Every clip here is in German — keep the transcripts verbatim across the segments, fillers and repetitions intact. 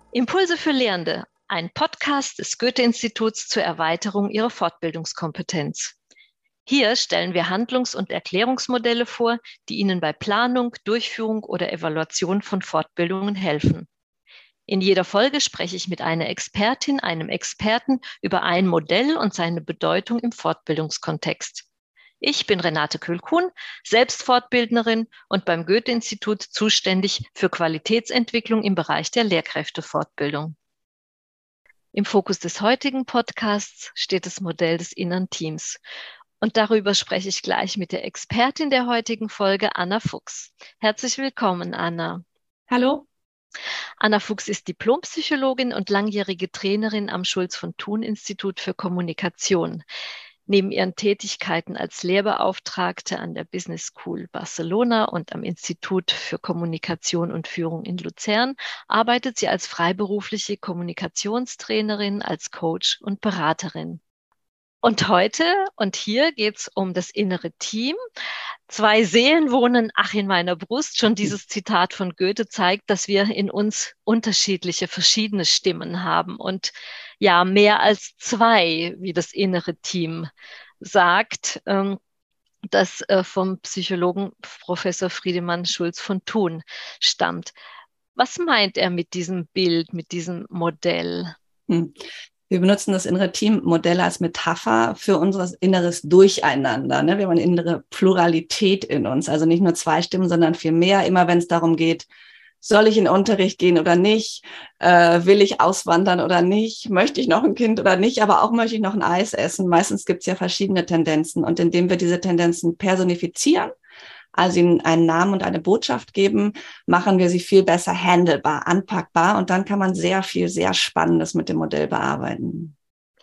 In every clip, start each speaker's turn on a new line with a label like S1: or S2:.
S1: Impulse für Lehrende, ein Podcast des Goethe-Instituts zur Erweiterung ihrer Fortbildungskompetenz. Hier stellen wir Handlungs- und Erklärungsmodelle vor, die Ihnen bei Planung, Durchführung oder Evaluation von Fortbildungen helfen. In jeder Folge spreche ich mit einer Expertin, einem Experten über ein Modell und seine Bedeutung im Fortbildungskontext. Ich bin Renate Kühl-Kuhn, selbst Fortbildnerin und beim Goethe-Institut zuständig für Qualitätsentwicklung im Bereich der Lehrkräftefortbildung. Im Fokus des heutigen Podcasts steht das Modell des inneren Teams. Und darüber spreche ich gleich mit der Expertin der heutigen Folge, Anna Fuchs. Herzlich willkommen, Anna.
S2: Hallo.
S1: Anna Fuchs ist Diplompsychologin und langjährige Trainerin am Schulz-von-Thun-Institut für Kommunikation. Neben ihren Tätigkeiten als Lehrbeauftragte an der Business School Barcelona und am Institut für Kommunikation und Führung in Luzern arbeitet sie als freiberufliche Kommunikationstrainerin, als Coach und Beraterin. Und heute und hier geht es um das innere Team. Zwei Seelen wohnen, ach in meiner Brust. Schon dieses Zitat von Goethe zeigt, dass wir in uns unterschiedliche, verschiedene Stimmen haben. Und ja, mehr als zwei, wie das innere Team sagt, ähm, das äh, vom Psychologen Professor Friedemann Schulz von Thun stammt. Was meint er mit diesem Bild, mit diesem Modell?
S2: Hm. Wir benutzen das innere Teammodell als Metapher für unser inneres Durcheinander. Ne? Wir haben eine innere Pluralität in uns, also nicht nur zwei Stimmen, sondern viel mehr. Immer wenn es darum geht, soll ich in den Unterricht gehen oder nicht, äh, will ich auswandern oder nicht, möchte ich noch ein Kind oder nicht, aber auch möchte ich noch ein Eis essen. Meistens gibt es ja verschiedene Tendenzen und indem wir diese Tendenzen personifizieren, also ihnen einen Namen und eine Botschaft geben, machen wir sie viel besser handelbar, anpackbar und dann kann man sehr viel, sehr Spannendes mit dem Modell bearbeiten.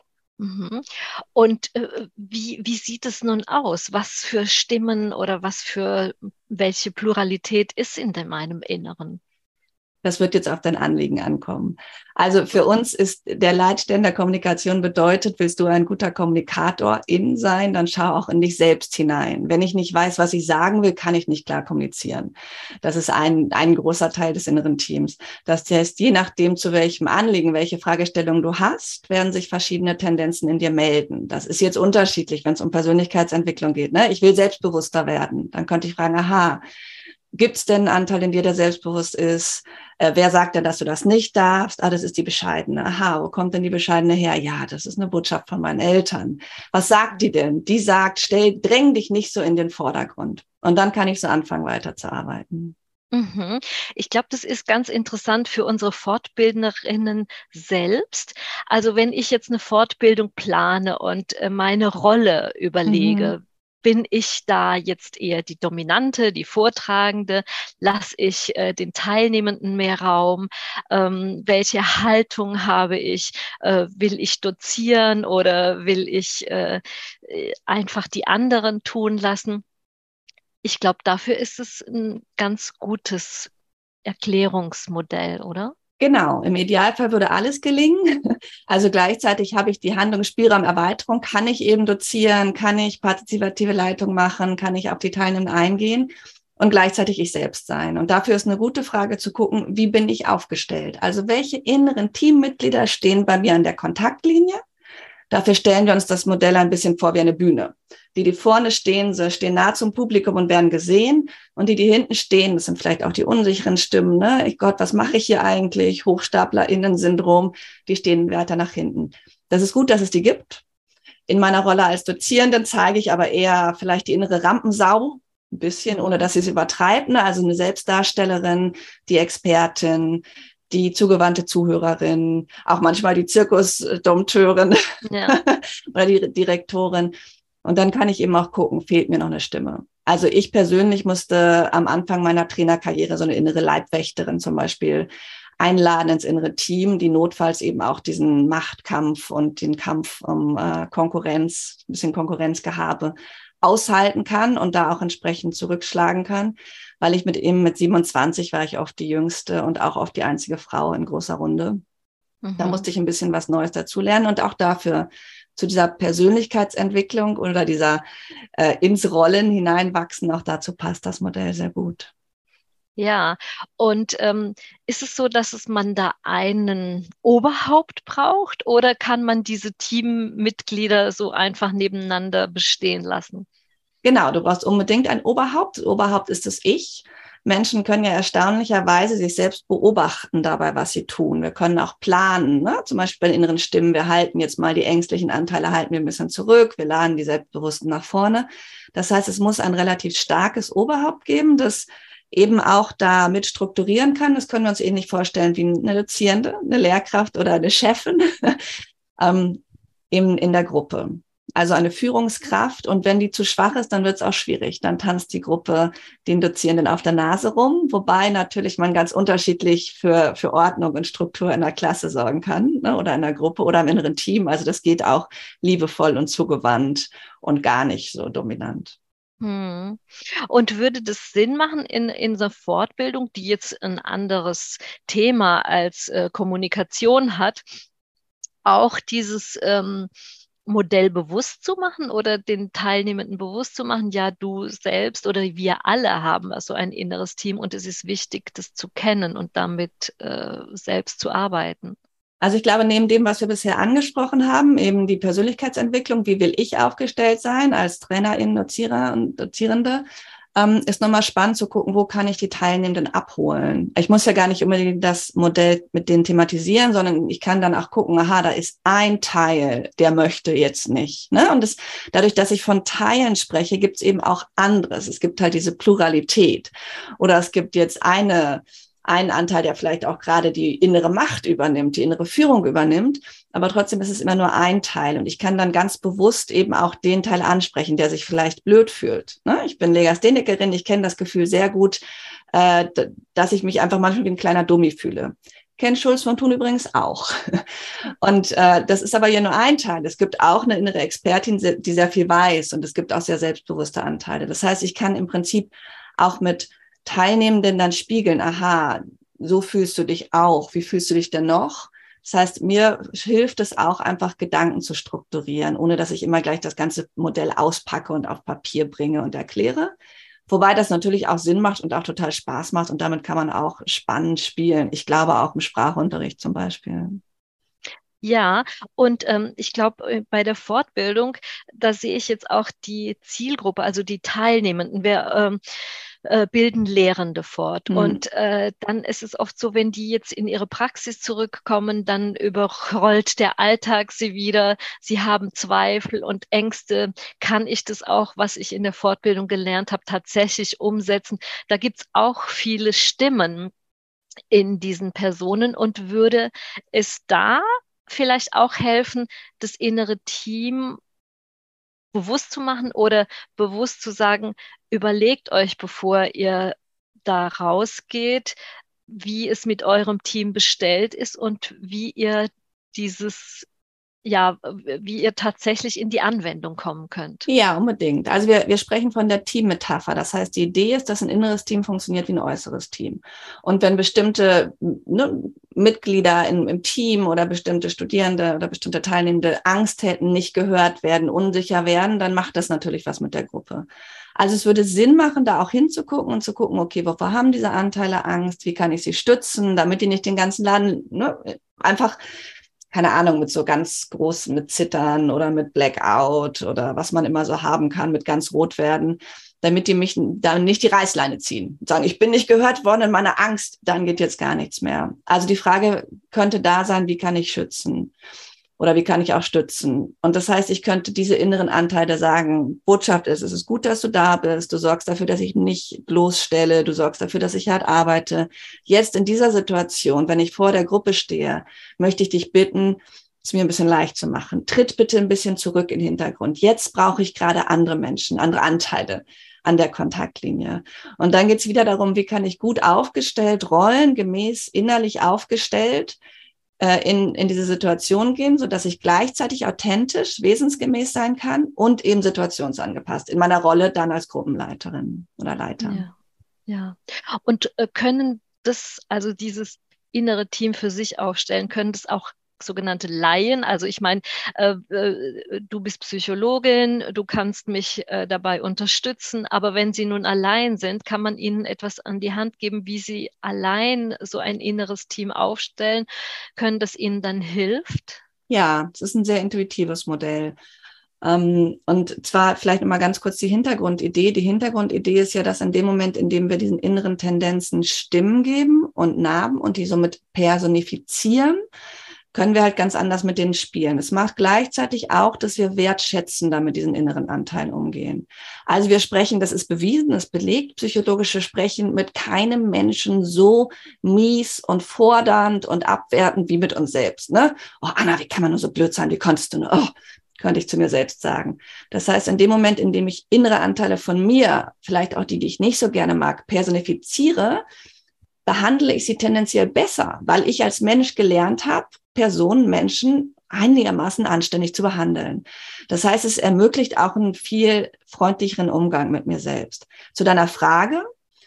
S1: Mhm. Und äh, wie, wie sieht es nun aus? Was für Stimmen oder was für welche Pluralität ist in dem, meinem Inneren?
S2: Das wird jetzt auf dein Anliegen ankommen. Also für uns ist der Leitstern der Kommunikation bedeutet, willst du ein guter Kommunikator in sein, dann schau auch in dich selbst hinein. Wenn ich nicht weiß, was ich sagen will, kann ich nicht klar kommunizieren. Das ist ein, ein großer Teil des inneren Teams. Das heißt, je nachdem, zu welchem Anliegen, welche Fragestellung du hast, werden sich verschiedene Tendenzen in dir melden. Das ist jetzt unterschiedlich, wenn es um Persönlichkeitsentwicklung geht. Ne? Ich will selbstbewusster werden. Dann könnte ich fragen, aha, gibt es denn einen Anteil in dir, der selbstbewusst ist? Äh, wer sagt denn, dass du das nicht darfst? Ah, das ist die Bescheidene. Aha, wo kommt denn die Bescheidene her? Ja, das ist eine Botschaft von meinen Eltern. Was sagt die denn? Die sagt, stell, dräng dich nicht so in den Vordergrund. Und dann kann ich so anfangen, weiterzuarbeiten.
S1: Mhm. Ich glaube, das ist ganz interessant für unsere Fortbildnerinnen selbst. Also wenn ich jetzt eine Fortbildung plane und äh, meine Rolle überlege,
S2: Mhm.
S1: bin ich da jetzt eher die Dominante, die Vortragende? Lasse ich äh, den Teilnehmenden mehr Raum? Ähm, welche Haltung habe ich? Äh, will ich dozieren oder will ich äh, einfach die anderen tun lassen? Ich glaube, dafür ist es ein ganz gutes Erklärungsmodell, oder?
S2: Genau, im Idealfall würde alles gelingen. Also gleichzeitig habe ich die Handlungsspielraumerweiterung, kann ich eben dozieren, kann ich partizipative Leitung machen, kann ich auf die Teilnehmenden eingehen und gleichzeitig ich selbst sein. Und dafür ist eine gute Frage zu gucken, wie bin ich aufgestellt? Also welche inneren Teammitglieder stehen bei mir an der Kontaktlinie? Dafür stellen wir uns das Modell ein bisschen vor wie eine Bühne. Die, die vorne stehen, sie stehen nah zum Publikum und werden gesehen. Und die, die hinten stehen, das sind vielleicht auch die unsicheren Stimmen. Ne? Ich Gott, was mache ich hier eigentlich? HochstaplerInnen-Syndrom, die stehen weiter nach hinten. Das ist gut, dass es die gibt. In meiner Rolle als Dozierenden zeige ich aber eher vielleicht die innere Rampensau, ein bisschen, ohne dass sie es übertreibt. Ne? Also eine Selbstdarstellerin, die Expertin, die zugewandte Zuhörerin, auch manchmal die Zirkusdompteurin
S1: Ja.
S2: oder die Direktorin. Und dann kann ich eben auch gucken, fehlt mir noch eine Stimme. Also ich persönlich musste am Anfang meiner Trainerkarriere so eine innere Leibwächterin zum Beispiel einladen ins innere Team, die notfalls eben auch diesen Machtkampf und den Kampf um äh, Konkurrenz, ein bisschen Konkurrenzgehabe aushalten kann und da auch entsprechend zurückschlagen kann, weil ich mit ihm, mit siebenundzwanzig war ich oft die Jüngste und auch oft die einzige Frau in großer Runde.
S1: Mhm.
S2: Da musste ich ein bisschen was Neues dazulernen und auch dafür, zu dieser Persönlichkeitsentwicklung oder dieser äh, ins Rollen hineinwachsen, auch dazu passt das Modell sehr gut.
S1: Ja, und ähm, ist es so, dass es man da einen Oberhaupt braucht oder kann man diese Teammitglieder so einfach nebeneinander bestehen lassen?
S2: Genau, du brauchst unbedingt ein Oberhaupt. Das Oberhaupt ist das Ich. Menschen können ja erstaunlicherweise sich selbst beobachten dabei, was sie tun. Wir können auch planen, ne? Zum Beispiel bei den inneren Stimmen. Wir halten jetzt mal die ängstlichen Anteile, halten wir ein bisschen zurück. Wir laden die Selbstbewussten nach vorne. Das heißt, es muss ein relativ starkes Oberhaupt geben, das eben auch da mit strukturieren kann. Das können wir uns ähnlich vorstellen wie eine Dozierende, eine Lehrkraft oder eine Chefin ähm, in, in der Gruppe. Also eine Führungskraft. Und wenn die zu schwach ist, dann wird es auch schwierig. Dann tanzt die Gruppe den Dozierenden auf der Nase rum, wobei natürlich man ganz unterschiedlich für, für Ordnung und Struktur in der Klasse sorgen kann, ne, oder in der Gruppe oder im inneren Team. Also das geht auch liebevoll und zugewandt und gar nicht so dominant.
S1: Hm. Und würde das Sinn machen in, in so einer Fortbildung, die jetzt ein anderes Thema als äh, Kommunikation hat, auch dieses ähm, Modell bewusst zu machen oder den Teilnehmenden bewusst zu machen, ja, du selbst oder wir alle haben so ein inneres Team und es ist wichtig, das zu kennen und damit äh, selbst zu arbeiten.
S2: Also ich glaube, neben dem, was wir bisher angesprochen haben, eben die Persönlichkeitsentwicklung, wie will ich aufgestellt sein als Trainerin, Dozierer und Dozierende, ähm, ist nochmal spannend zu gucken, wo kann ich die Teilnehmenden abholen. Ich muss ja gar nicht unbedingt das Modell mit denen thematisieren, sondern ich kann dann auch gucken, aha, da ist ein Teil, der möchte jetzt nicht. Ne? Und das, dadurch, dass ich von Teilen spreche, gibt es eben auch anderes. Es gibt halt diese Pluralität. Oder es gibt jetzt eine ein Anteil, der vielleicht auch gerade die innere Macht übernimmt, die innere Führung übernimmt. Aber trotzdem ist es immer nur ein Teil. Und ich kann dann ganz bewusst eben auch den Teil ansprechen, der sich vielleicht blöd fühlt. Ne? Ich bin Legasthenikerin, ich kenne das Gefühl sehr gut, äh, dass ich mich einfach manchmal wie ein kleiner Dummi fühle. Kennt Schulz von Thun übrigens auch. Und äh, das ist aber ja nur ein Teil. Es gibt auch eine innere Expertin, die sehr viel weiß. Und es gibt auch sehr selbstbewusste Anteile. Das heißt, ich kann im Prinzip auch mit Teilnehmenden dann spiegeln, aha, so fühlst du dich auch, wie fühlst du dich denn noch? Das heißt, mir hilft es auch einfach, Gedanken zu strukturieren, ohne dass ich immer gleich das ganze Modell auspacke und auf Papier bringe und erkläre. Wobei das natürlich auch Sinn macht und auch total Spaß macht und damit kann man auch spannend spielen. Ich glaube auch im Sprachunterricht zum Beispiel.
S1: Ja, und ähm, ich glaube, bei der Fortbildung, da sehe ich jetzt auch die Zielgruppe, also die Teilnehmenden. Wir ähm, äh, bilden Lehrende fort.
S2: Hm.
S1: Und äh, dann ist es oft so, wenn die jetzt in ihre Praxis zurückkommen, dann überrollt der Alltag sie wieder. Sie haben Zweifel und Ängste. Kann ich das auch, was ich in der Fortbildung gelernt habe, tatsächlich umsetzen? Da gibt es auch viele Stimmen in diesen Personen und würde es da vielleicht auch helfen, das innere Team bewusst zu machen oder bewusst zu sagen, überlegt euch, bevor ihr da rausgeht, wie es mit eurem Team bestellt ist und wie ihr dieses, ja, wie ihr tatsächlich in die Anwendung kommen könnt.
S2: Ja, unbedingt. Also wir, wir sprechen von der Teammetapher. Das heißt, die Idee ist, dass ein inneres Team funktioniert wie ein äußeres Team. Und wenn bestimmte ne, Mitglieder in, im Team oder bestimmte Studierende oder bestimmte Teilnehmende Angst hätten, nicht gehört werden, unsicher werden, dann macht das natürlich was mit der Gruppe. Also es würde Sinn machen, da auch hinzugucken und zu gucken, okay, wovor haben diese Anteile Angst? Wie kann ich sie stützen, damit die nicht den ganzen Laden ne, einfach keine Ahnung, mit so ganz groß, mit Zittern oder mit Blackout oder was man immer so haben kann, mit ganz rot werden, damit die mich dann nicht die Reißleine ziehen und sagen, ich bin nicht gehört worden in meiner Angst, dann geht jetzt gar nichts mehr. Also die Frage könnte da sein, wie kann ich schützen? Oder wie kann ich auch stützen? Und das heißt, ich könnte diese inneren Anteile sagen, Botschaft ist, es ist gut, dass du da bist. Du sorgst dafür, dass ich nicht bloßstelle. Du sorgst dafür, dass ich hart arbeite. Jetzt in dieser Situation, wenn ich vor der Gruppe stehe, möchte ich dich bitten, es mir ein bisschen leicht zu machen. Tritt bitte ein bisschen zurück in den Hintergrund. Jetzt brauche ich gerade andere Menschen, andere Anteile an der Kontaktlinie. Und dann geht es wieder darum, wie kann ich gut aufgestellt, rollengemäß, innerlich aufgestellt, in, in diese Situation gehen, so dass ich gleichzeitig authentisch, wesensgemäß sein kann und eben situationsangepasst in meiner Rolle dann als Gruppenleiterin oder Leiter.
S1: Ja, ja. Und äh, können das, also dieses innere Team für sich aufstellen, können das auch sogenannte Laien. Also ich meine, äh, äh, du bist Psychologin, du kannst mich äh, dabei unterstützen, aber wenn Sie nun allein sind, kann man Ihnen etwas an die Hand geben, wie Sie allein so ein inneres Team aufstellen können, das Ihnen dann hilft?
S2: Ja, es ist ein sehr intuitives Modell. Ähm, und zwar vielleicht nochmal ganz kurz die Hintergrundidee. Die Hintergrundidee ist ja, dass in dem Moment, in dem wir diesen inneren Tendenzen Stimmen geben und Namen und die somit personifizieren, können wir halt ganz anders mit denen spielen. Es macht gleichzeitig auch, dass wir wertschätzender mit diesen inneren Anteilen umgehen. Also wir sprechen, das ist bewiesen, das belegt, psychologische Sprechen mit keinem Menschen so mies und fordernd und abwertend wie mit uns selbst. Ne? Oh, Anna, wie kann man nur so blöd sein? Wie konntest du nur? Oh, könnte ich zu mir selbst sagen. Das heißt, in dem Moment, in dem ich innere Anteile von mir, vielleicht auch die, die ich nicht so gerne mag, personifiziere, behandle ich sie tendenziell besser, weil ich als Mensch gelernt habe, Personen, Menschen einigermaßen anständig zu behandeln. Das heißt, es ermöglicht auch einen viel freundlicheren Umgang mit mir selbst. Zu deiner Frage,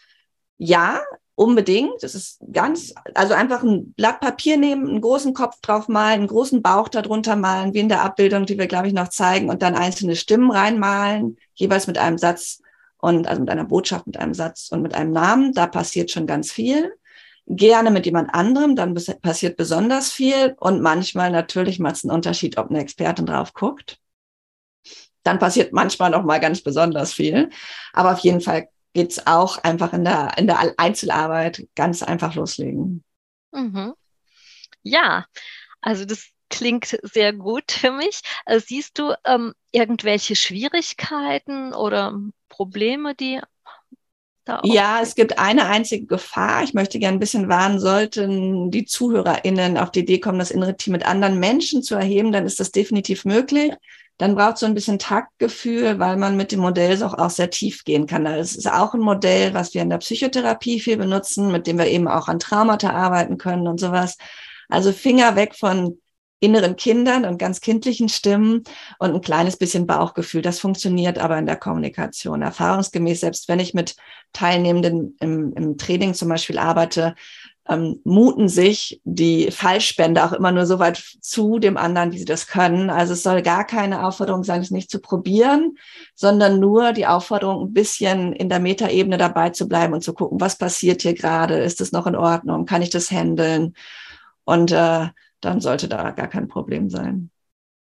S2: ja, unbedingt. Das ist ganz, also einfach ein Blatt Papier nehmen, einen großen Kopf drauf malen, einen großen Bauch darunter malen, wie in der Abbildung, die wir, glaube ich, noch zeigen, und dann einzelne Stimmen reinmalen, jeweils mit einem Satz und also mit einer Botschaft, mit einem Satz und mit einem Namen. Da passiert schon ganz viel. Gerne mit jemand anderem, dann passiert besonders viel. Und manchmal natürlich macht es einen Unterschied, ob eine Expertin drauf guckt. Dann passiert manchmal noch mal ganz besonders viel. Aber auf jeden Fall geht es auch einfach in der, in der Einzelarbeit ganz einfach loslegen.
S1: Mhm. Ja, also das klingt sehr gut für mich. Äh, siehst du ähm, irgendwelche Schwierigkeiten oder Probleme, die da
S2: Ja,
S1: auftreten?
S2: es gibt eine einzige Gefahr. Ich möchte gerne ein bisschen warnen, sollten die ZuhörerInnen auf die Idee kommen, das innere Team mit anderen Menschen zu erheben, dann ist das definitiv möglich. Dann braucht es so ein bisschen Taktgefühl, weil man mit dem Modell auch, auch sehr tief gehen kann. Das ist auch ein Modell, was wir in der Psychotherapie viel benutzen, mit dem wir eben auch an Traumata arbeiten können und sowas. Also Finger weg von inneren Kindern und ganz kindlichen Stimmen und ein kleines bisschen Bauchgefühl. Das funktioniert aber in der Kommunikation. Erfahrungsgemäß, selbst wenn ich mit Teilnehmenden im, im Training zum Beispiel arbeite, ähm, muten sich die Fallspender auch immer nur so weit zu dem anderen, wie sie das können. Also es soll gar keine Aufforderung sein, es nicht zu probieren, sondern nur die Aufforderung, ein bisschen in der Metaebene dabei zu bleiben und zu gucken, was passiert hier gerade? Ist es noch in Ordnung? Kann ich das handeln? Und äh, dann sollte da gar kein Problem sein.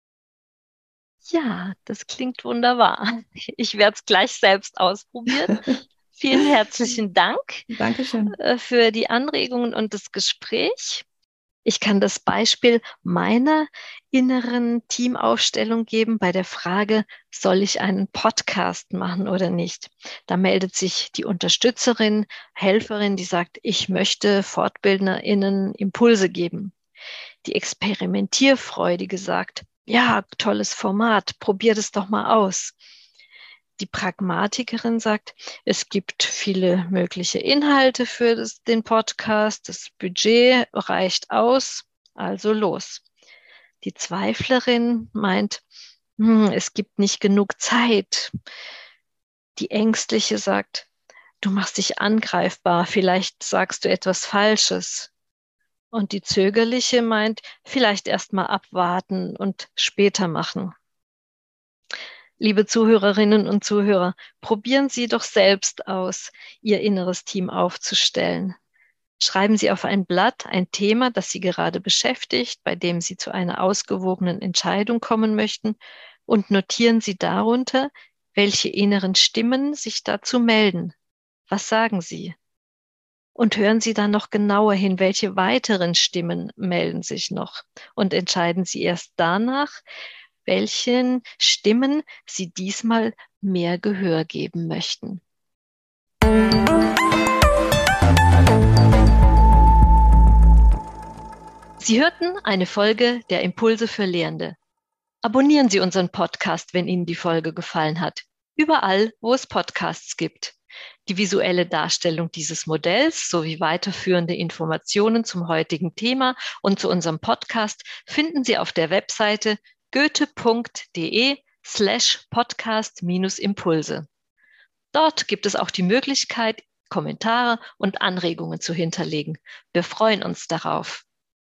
S1: Ja, das klingt wunderbar. Ich werde es gleich selbst ausprobieren. Vielen herzlichen Dank
S2: Dankeschön.
S1: äh, für die Anregungen und das Gespräch. Ich kann das Beispiel meiner inneren Teamaufstellung geben bei der Frage, soll ich einen Podcast machen oder nicht? Da meldet sich die Unterstützerin, Helferin, die sagt, ich möchte FortbildnerInnen Impulse geben. Die Experimentierfreudige sagt, ja, tolles Format, probier das doch mal aus. Die Pragmatikerin sagt, es gibt viele mögliche Inhalte für das, den Podcast, das Budget reicht aus, also los. Die Zweiflerin meint, hm, es gibt nicht genug Zeit. Die Ängstliche sagt, du machst dich angreifbar, vielleicht sagst du etwas Falsches. Und die Zögerliche meint, vielleicht erst mal abwarten und später machen. Liebe Zuhörerinnen und Zuhörer, probieren Sie doch selbst aus, Ihr inneres Team aufzustellen. Schreiben Sie auf ein Blatt ein Thema, das Sie gerade beschäftigt, bei dem Sie zu einer ausgewogenen Entscheidung kommen möchten, und notieren Sie darunter, welche inneren Stimmen sich dazu melden. Was sagen Sie? Und hören Sie dann noch genauer hin, welche weiteren Stimmen melden sich noch. Und entscheiden Sie erst danach, welchen Stimmen Sie diesmal mehr Gehör geben möchten. Sie hörten eine Folge der Impulse für Lehrende. Abonnieren Sie unseren Podcast, wenn Ihnen die Folge gefallen hat. Überall, wo es Podcasts gibt. Die visuelle Darstellung dieses Modells sowie weiterführende Informationen zum heutigen Thema und zu unserem Podcast finden Sie auf der Webseite goethe.de slash podcast minus Impulse. Dort gibt es auch die Möglichkeit, Kommentare und Anregungen zu hinterlegen. Wir freuen uns darauf.